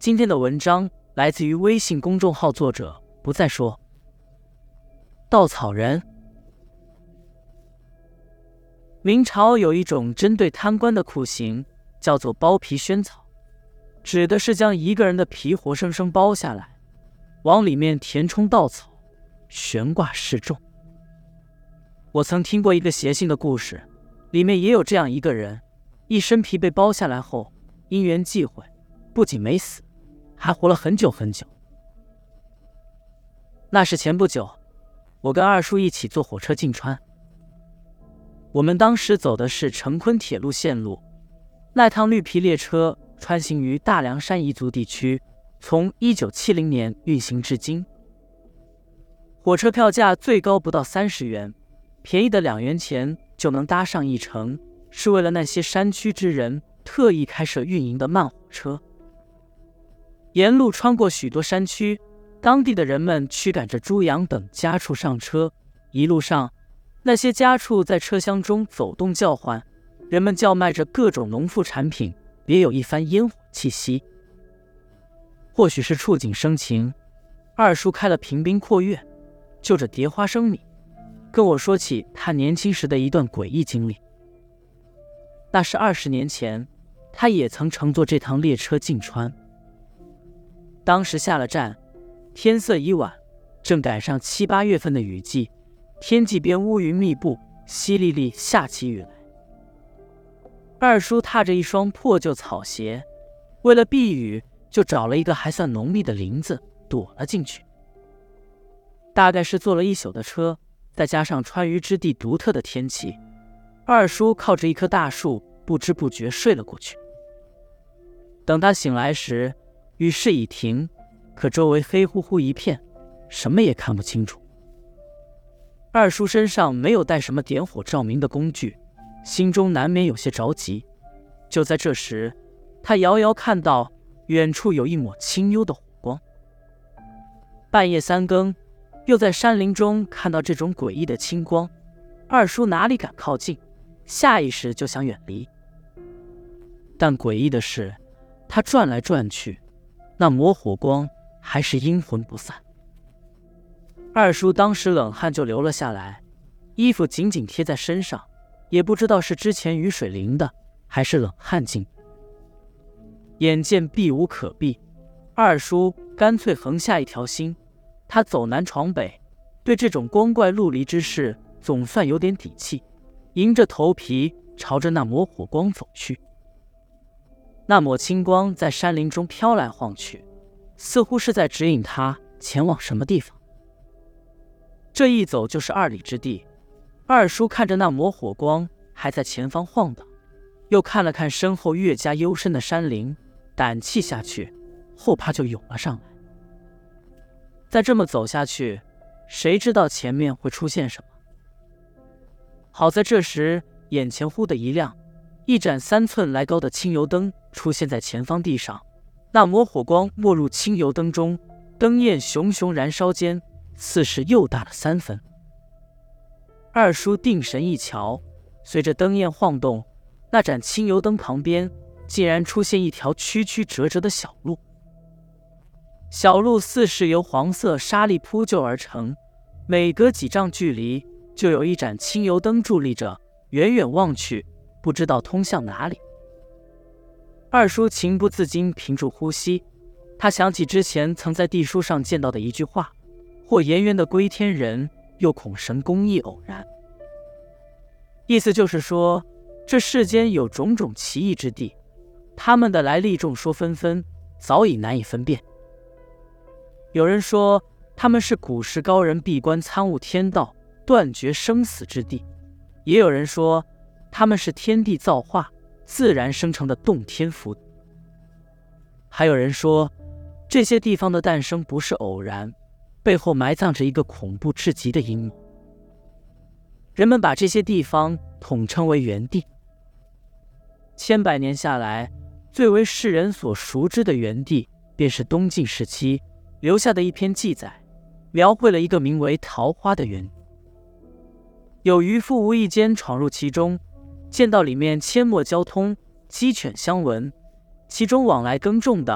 今天的文章来自于微信公众号作者不再说。稻草人。明朝有一种针对贪官的酷刑，叫做剥皮萱草，指的是将一个人的皮活生生剥下来，往里面填充稻草，悬挂示众。我曾听过一个邪性的故事，里面也有这样一个人，一身皮被剥下来后，因缘际会，不仅没死，还活了很久很久。那是前不久，我跟二叔一起坐火车进川。我们当时走的是成昆铁路线路，那趟绿皮列车穿行于大凉山彝族地区，从1970年运行至今。火车票价最高不到30元，便宜的2元钱就能搭上一程，是为了那些山区之人特意开设运营的慢火车。沿路穿过许多山区，当地的人们驱赶着猪羊等家畜上车，一路上那些家畜在车厢中走动叫唤，人们叫卖着各种农副产品，别有一番烟火气息。或许是触景生情，二叔开了平冰阔月，就着蝶花生米，跟我说起他年轻时的一段诡异经历。那是20年前，他也曾乘坐这趟列车进川。当时下了站，天色已晚，正赶上7、8月份的雨季，天际边乌云密布，淅沥沥下起雨来。二叔踏着一双破旧草鞋，为了避雨，就找了一个还算浓密的林子躲了进去。大概是坐了一宿的车，再加上川渝之地独特的天气，二叔靠着一棵大树，不知不觉睡了过去。等他醒来时，雨势已停，可周围黑乎乎一片，什么也看不清楚。二叔身上没有带什么点火照明的工具，心中难免有些着急。就在这时，他遥遥看到远处有一抹清幽的火光。半夜3更，又在山林中看到这种诡异的清光，二叔哪里敢靠近，下意识就想远离。但诡异的是，他转来转去，那抹火光还是阴魂不散。二叔当时冷汗就流了下来，衣服紧紧贴在身上，也不知道是之前雨水淋的，还是冷汗进。眼见避无可避，二叔干脆横下一条心，他走南闯北，对这种光怪陆离之事总算有点底气，迎着头皮朝着那抹火光走去。那抹青光在山林中飘来晃去，似乎是在指引他前往什么地方。这一走就是2里之地，二叔看着那抹火光还在前方晃荡，又看了看身后越加幽深的山林，胆气下去，后怕就涌了上来。再这么走下去，谁知道前面会出现什么？好在这时眼前忽的一亮，一盏3寸来高的清油灯出现在前方地上，那抹火光没入清油灯中，灯焰熊熊燃烧间，似是又大了3分。二叔定神一瞧，随着灯焰晃动，那盏清油灯旁边竟然出现一条曲曲折折的小路。小路似是由黄色沙砾铺就而成，每隔几丈距离就有一盏清油灯伫立着，远远望去，不知道通向哪里。二叔情不自禁屏住呼吸，他想起之前曾在地书上见到的一句话：或颜渊的归天人，又恐神功亦偶然。意思就是说，这世间有种种奇异之地，他们的来历众说纷纷，早已难以分辨。有人说他们是古时高人闭关参悟天道，断绝生死之地，也有人说他们是天地造化，自然生成的洞天福。还有人说这些地方的诞生不是偶然，背后埋葬着一个恐怖至极的阴谋。人们把这些地方统称为元地。千百年下来，最为世人所熟知的元地，便是东晋时期留下的一篇记载，描绘了一个名为桃花的园。有渔夫无意间闯入其中，见到里面阡陌交通，鸡犬相闻，其中往来耕种的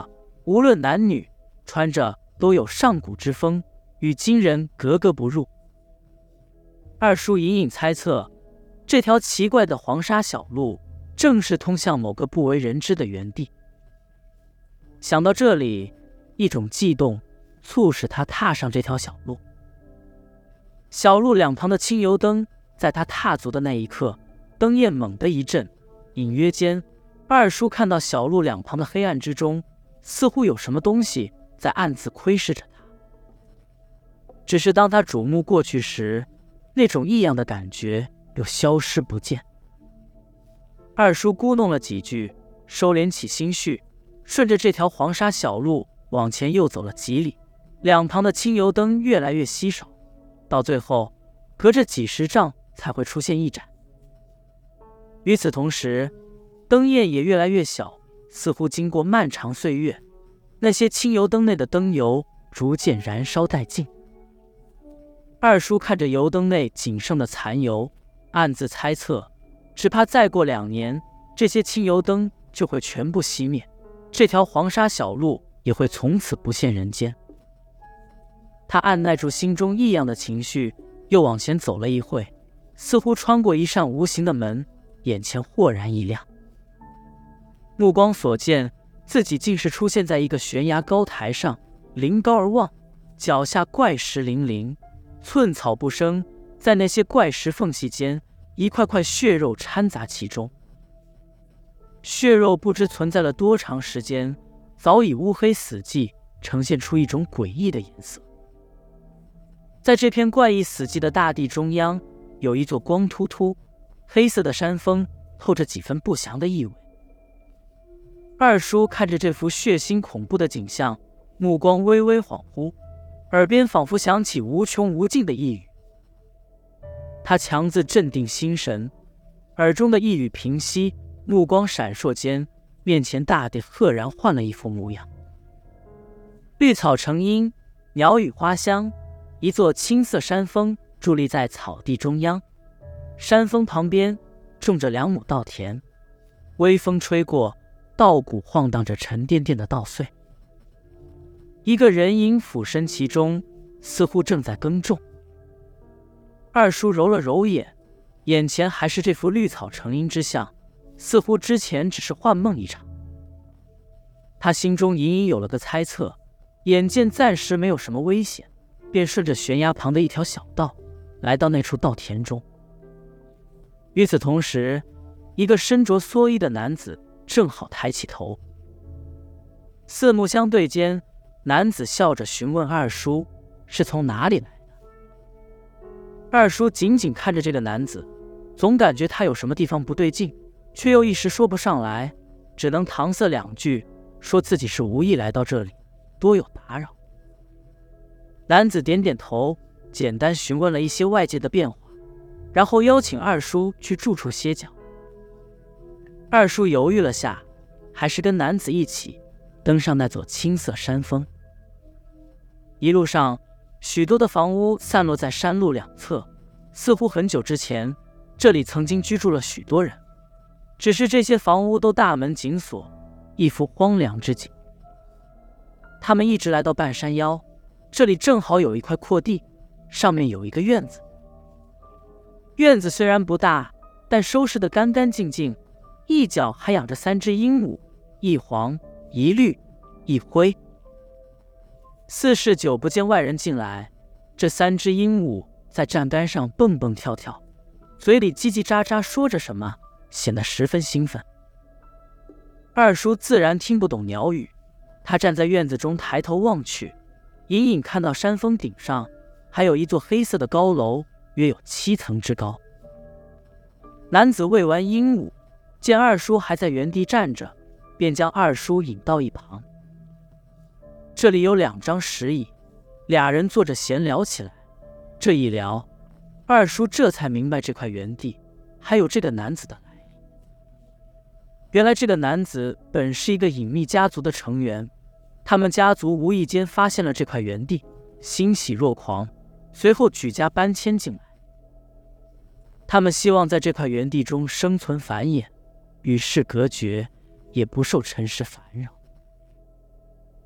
无论男女，穿着都有上古之风，与今人格格不入。二叔隐隐猜测，这条奇怪的黄沙小路正是通向某个不为人知的原地。想到这里，一种悸动促使他踏上这条小路。小路两旁的轻油灯，在他踏足的那一刻，灯焰猛地一震，隐约间，二叔看到小路两旁的黑暗之中，似乎有什么东西在暗自窥视着他。只是当他瞩目过去时，那种异样的感觉又消失不见。二叔咕哝了几句，收敛起心绪，顺着这条黄沙小路往前又走了几里，两旁的轻油灯越来越稀少，到最后隔着几十丈才会出现一盏。与此同时，灯焰也越来越小，似乎经过漫长岁月，那些轻油灯内的灯油逐渐燃烧殆尽。二叔看着油灯内仅剩的残油，暗自猜测，只怕再过2年，这些轻油灯就会全部熄灭，这条黄沙小路也会从此不见人间。他按耐住心中异样的情绪，又往前走了一会，似乎穿过一扇无形的门，眼前豁然一亮。目光所见，自己竟是出现在一个悬崖高台上，临高而望，脚下怪石林林，寸草不生，在那些怪石缝隙间，一块块血肉掺杂其中。血肉不知存在了多长时间，早已乌黑死寂，呈现出一种诡异的颜色。在这片怪异死寂的大地中央，有一座光秃秃、黑色的山峰，透着几分不祥的意味。二叔看着这幅血腥恐怖的景象，目光微微恍惚，耳边仿佛响起无穷无尽的呓语。他强自镇定心神，耳中的呓语平息，目光闪烁间，面前大地赫然换了一副模样。绿草成荫，鸟语花香，一座青色山峰伫立在草地中央，山峰旁边种着2亩稻田，微风吹过，稻谷晃荡着沉甸甸的稻穗。一个人影俯身其中，似乎正在耕种。二叔揉了揉眼，眼前还是这幅绿草成荫之象，似乎之前只是幻梦一场。他心中隐隐有了个猜测，眼见暂时没有什么危险，便顺着悬崖旁的一条小道，来到那处稻田中。与此同时，一个身着蓑衣的男子正好抬起头。四目相对间，男子笑着询问二叔是从哪里来的。二叔紧紧看着这个男子，总感觉他有什么地方不对劲，却又一时说不上来，只能搪塞2句，说自己是无意来到这里，多有打扰。男子点点头，简单询问了一些外界的变化，然后邀请二叔去住处歇脚。二叔犹豫了下，还是跟男子一起登上那座青色山峰。一路上，许多的房屋散落在山路两侧，似乎很久之前，这里曾经居住了许多人，只是这些房屋都大门紧锁，一副荒凉之景。他们一直来到半山腰，这里正好有一块阔地，上面有一个院子。院子虽然不大，但收拾得干干净净，一角还养着3只鹦鹉，一黄一绿一灰。4是久不见外人进来，这3只鹦鹉在站杆上蹦蹦跳跳，嘴里叽叽喳喳说着什么，显得十分兴奋。二叔自然听不懂鸟语，他站在院子中抬头望去，隐隐看到山峰顶上还有一座黑色的高楼，约有7层之高。男子喂完鹦鹉，见二叔还在原地站着，便将二叔引到一旁。这里有2张石椅，2人坐着闲聊起来。这一聊，二叔这才明白这块原地还有这个男子的来历。原来这个男子本是一个隐秘家族的成员，他们家族无意间发现了这块原地，欣喜若狂，随后举家搬迁进来。他们希望在这块原地中生存繁衍，与世隔绝，也不受尘世烦扰。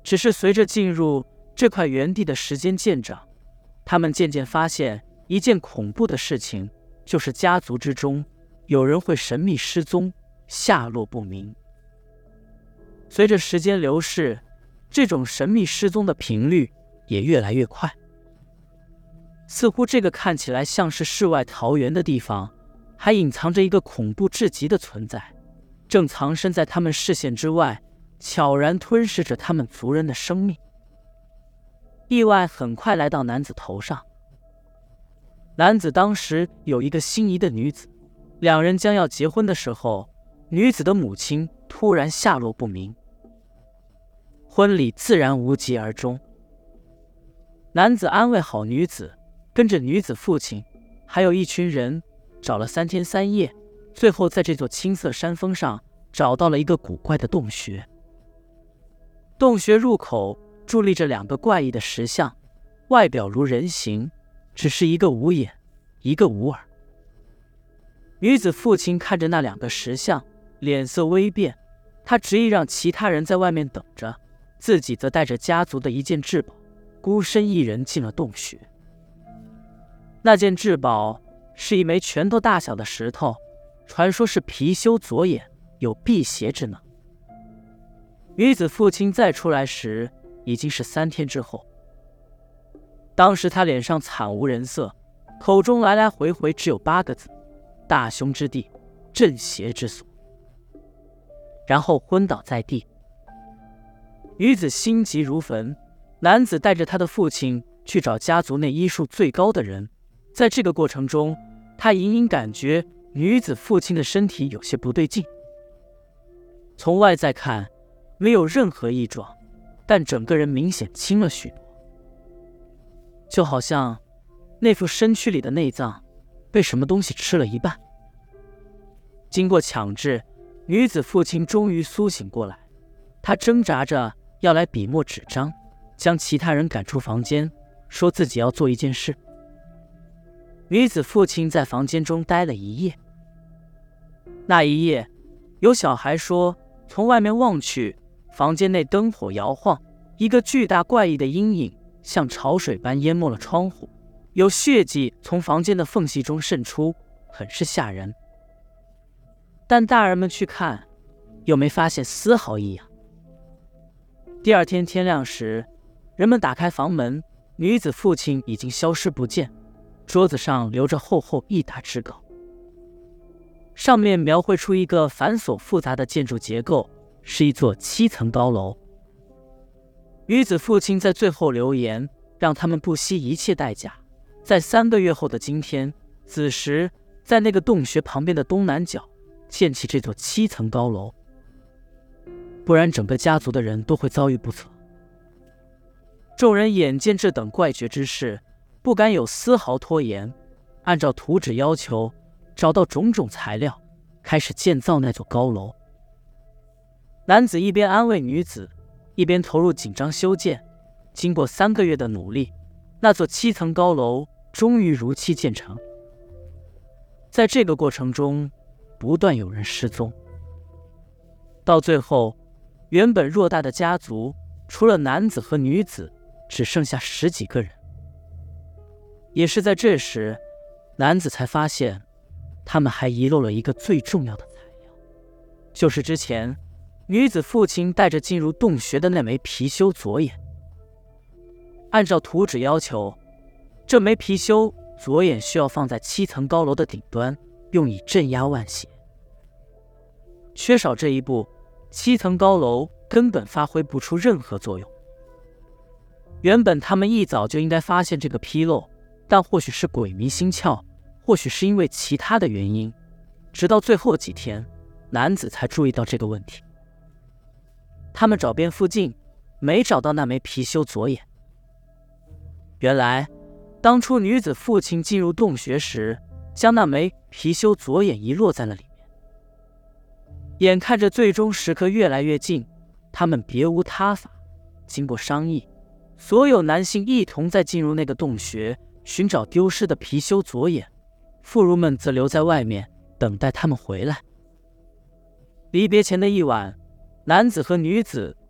只是随着进入这块原地的时间渐长，他们渐渐发现一件恐怖的事情，就是家族之中有人会神秘失踪，下落不明。随着时间流逝，这种神秘失踪的频率也越来越快。似乎这个看起来像是世外桃源的地方，还隐藏着一个恐怖至极的存在，正藏身在他们视线之外，悄然吞噬着他们族人的生命。意外很快来到男子头上。男子当时有一个心仪的女子，两人将要结婚的时候，女子的母亲突然下落不明，婚礼自然无疾而终。男子安慰好女子，跟着女子父亲还有一群人找了3天3夜，最后在这座青色山峰上找到了一个古怪的洞穴。洞穴入口伫立着2个怪异的石像，外表如人形，只是一个无眼，一个无耳。女子父亲看着那2个石像，脸色微变，他执意让其他人在外面等着，自己则带着家族的一件至宝，孤身一人进了洞穴。那件至宝是一枚拳头大小的石头，传说是貔貅左眼，有辟邪之能。女子父亲再出来时，已经是3天之后。当时他脸上惨无人色，口中来来回回只有8个字：大凶之地，镇邪之所。然后昏倒在地。女子心急如焚，男子带着他的父亲去找家族内医术最高的人。在这个过程中，他隐隐感觉女子父亲的身体有些不对劲。从外在看，没有任何异状，但整个人明显轻了许多，就好像那副身躯里的内脏被什么东西吃了一半。经过强制，女子父亲终于苏醒过来，她挣扎着要来笔墨纸张，将其他人赶出房间，说自己要做一件事。女子父亲在房间中待了1夜。那一夜，有小孩说，从外面望去，房间内灯火摇晃，一个巨大怪异的阴影像潮水般淹没了窗户，有血迹从房间的缝隙中渗出，很是吓人。但大人们去看，又没发现丝毫异样。第二天天亮时，人们打开房门，女子父亲已经消失不见，桌子上留着厚厚1沓纸稿，上面描绘出一个繁琐复杂的建筑结构，是一座7层高楼。女子父亲在最后留言，让他们不惜一切代价，在3个月后的今天子时，在那个洞穴旁边的东南角建起这座7层高楼，不然整个家族的人都会遭遇不测。众人眼见这等怪绝之事，不敢有丝毫拖延，按照图纸要求，找到种种材料，开始建造那座高楼。男子一边安慰女子，一边投入紧张修建。经过3个月的努力，那座7层高楼终于如期建成。在这个过程中，不断有人失踪，到最后，原本偌大的家族，除了男子和女子，只剩下10几个人。也是在这时，男子才发现，他们还遗漏了一个最重要的材料，就是之前女子父亲带着进入洞穴的那枚貔貅左眼。按照图纸要求，这枚貔貅左眼需要放在7层高楼的顶端，用以镇压万邪。缺少这一步，7层高楼根本发挥不出任何作用。原本他们一早就应该发现这个纰漏，但或许是鬼迷心窍，或许是因为其他的原因，直到最后几天，男子才注意到这个问题。他们找遍附近，没找到那枚貔貅左眼。原来，当初女子父亲进入洞穴时，将那枚貔貅左眼遗落在了里面。眼看着最终时刻越来越近，他们别无他法。经过商议，所有男性一同在进入那个洞穴，寻找丢失的貔貅左眼，妇孺们则留在外面，等待他们回来。离别前的一晚，男子和女子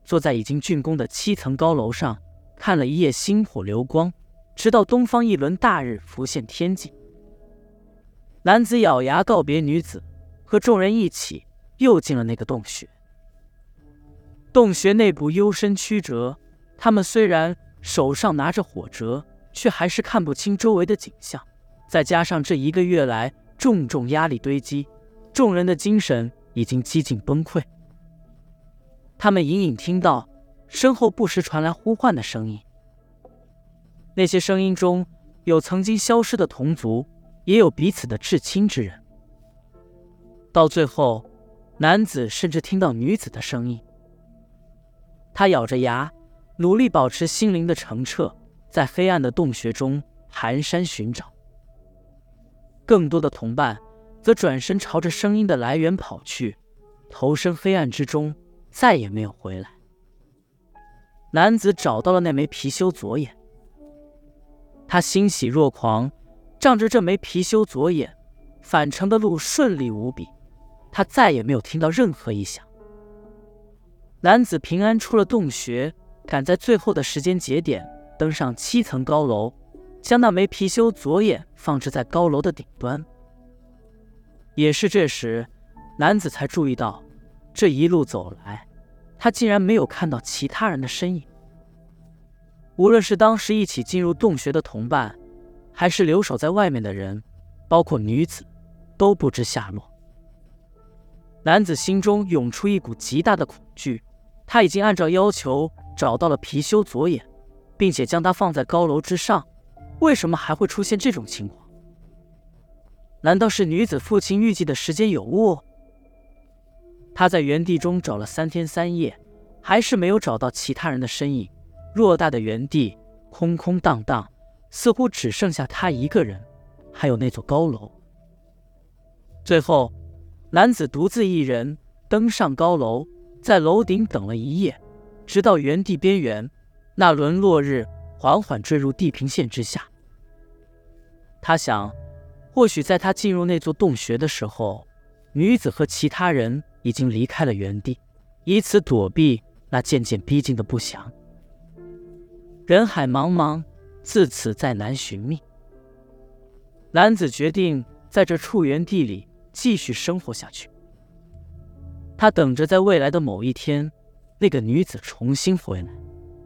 坐在已经竣工的7层高楼上，看了一夜星火流光，直到东方一轮大日浮现天际。男子咬牙告别女子，和众人一起又进了那个洞穴。洞穴内部幽深曲折，他们虽然手上拿着火折，却还是看不清周围的景象。再加上这1个月来重重压力堆积，众人的精神已经几近崩溃。他们隐隐听到身后不时传来呼唤的声音，那些声音中有曾经消失的同族，也有彼此的至亲之人。到最后，男子甚至听到女子的声音。他咬着牙，努力保持心灵的澄澈，在黑暗的洞穴中蹒跚寻找。更多的同伴则转身朝着声音的来源跑去，投身黑暗之中，再也没有回来。男子找到了那枚貔貅左眼，他欣喜若狂，仗着这枚貔貅左眼，返程的路顺利无比，他再也没有听到任何异响。男子平安出了洞穴，赶在最后的时间节点登上7层高楼，将那枚貔貅左眼放置在高楼的顶端。也是这时，男子才注意到，这一路走来，他竟然没有看到其他人的身影。无论是当时一起进入洞穴的同伴，还是留守在外面的人，包括女子，都不知下落。男子心中涌出一股极大的恐惧，他已经按照要求找到了貔貅左眼，并且将它放在高楼之上，为什么还会出现这种情况？难道是女子父亲预计的时间有误？他在原地中找了3天3夜，还是没有找到其他人的身影。偌大的原地空空荡荡，似乎只剩下他一个人，还有那座高楼。最后，男子独自一人登上高楼，在楼顶等了一夜，直到原地边缘，那轮落日缓缓坠入地平线之下。他想，或许在他进入那座洞穴的时候，女子和其他人已经离开了原地，以此躲避那渐渐逼近的不祥。人海茫茫，自此再难寻觅。男子决定在这处原地里继续生活下去。他等着在未来的某一天，那个女子重新回来。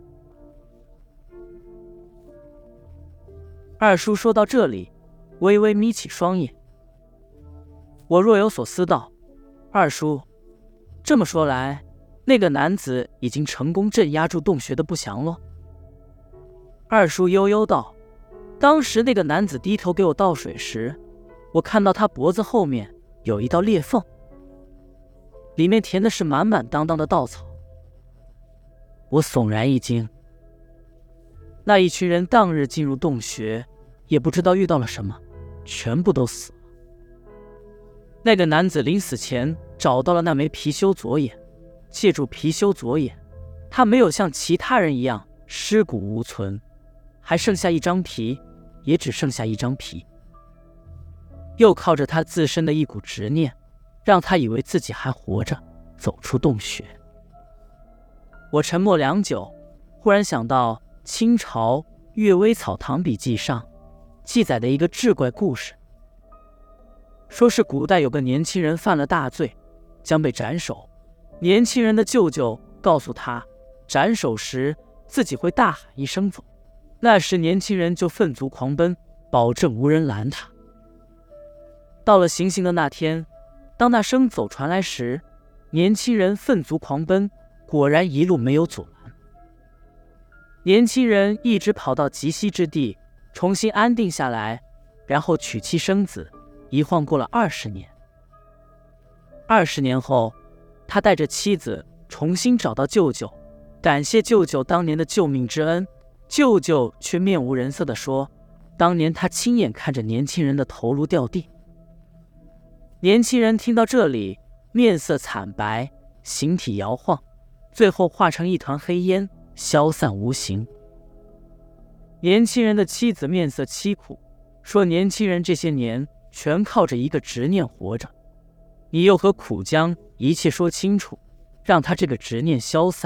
二叔说到这里，微微眯起双眼。我若有所思道：“二叔，这么说来，那个男子已经成功镇压住洞穴的不祥了。”二叔悠悠道：“当时那个男子低头给我倒水时，我看到他脖子后面有一道裂缝，里面填的是满满当当的稻草。”我悚然一惊。那一群人当日进入洞穴，也不知道遇到了什么，全部都死了。那个男子临死前找到了那枚貔貅左眼，借助貔貅左眼，他没有像其他人一样尸骨无存，还剩下一张皮，也只剩下一张皮。又靠着他自身的一股执念，让他以为自己还活着，走出洞穴。我沉默良久，忽然想到清朝《阅微草堂笔记》上记载的一个志怪故事，说是古代有个年轻人犯了大罪，将被斩首。年轻人的舅舅告诉他，斩首时自己会大喊一声走。那时年轻人就奋足狂奔，保证无人拦他。到了行刑的那天，当那声走传来时，年轻人奋足狂奔，果然一路没有阻拦。年轻人一直跑到极西之地，重新安定下来，然后娶妻生子，一晃过了20年。20年后，他带着妻子重新找到舅舅，感谢舅舅当年的救命之恩。舅舅却面无人色地说，当年他亲眼看着年轻人的头颅掉地。年轻人听到这里，面色惨白，形体摇晃，最后化成一团黑烟，消散无形。年轻人的妻子面色凄苦，说年轻人这些年全靠着一个执念活着，你又何苦将一切说清楚，让他这个执念消散，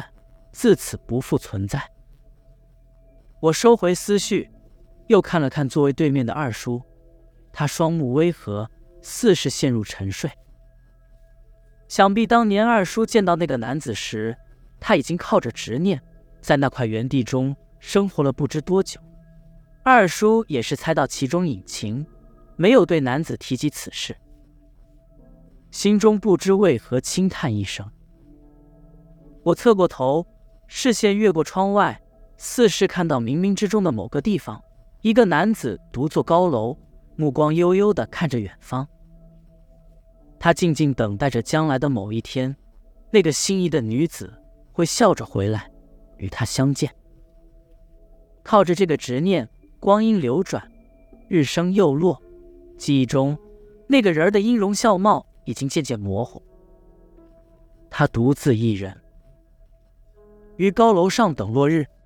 自此不复存在。我收回思绪，又看了看座位对面的二叔，他双目微合，似是陷入沉睡。想必当年二叔见到那个男子时，他已经靠着执念，在那块原地中生活了不知多久。二叔也是猜到其中隐情，没有对男子提及此事，心中不知为何轻叹一声。我侧过头，视线越过窗外，似是看到冥冥之中的某个地方，一个男子独坐高楼，目光悠悠地看着远方。他静静等待着将来的某一天，那个心仪的女子会笑着回来，与他相见。靠着这个执念，光阴流转，日升又落，记忆中那个人的音容笑貌已经渐渐模糊。他独自一人于高楼上等落日。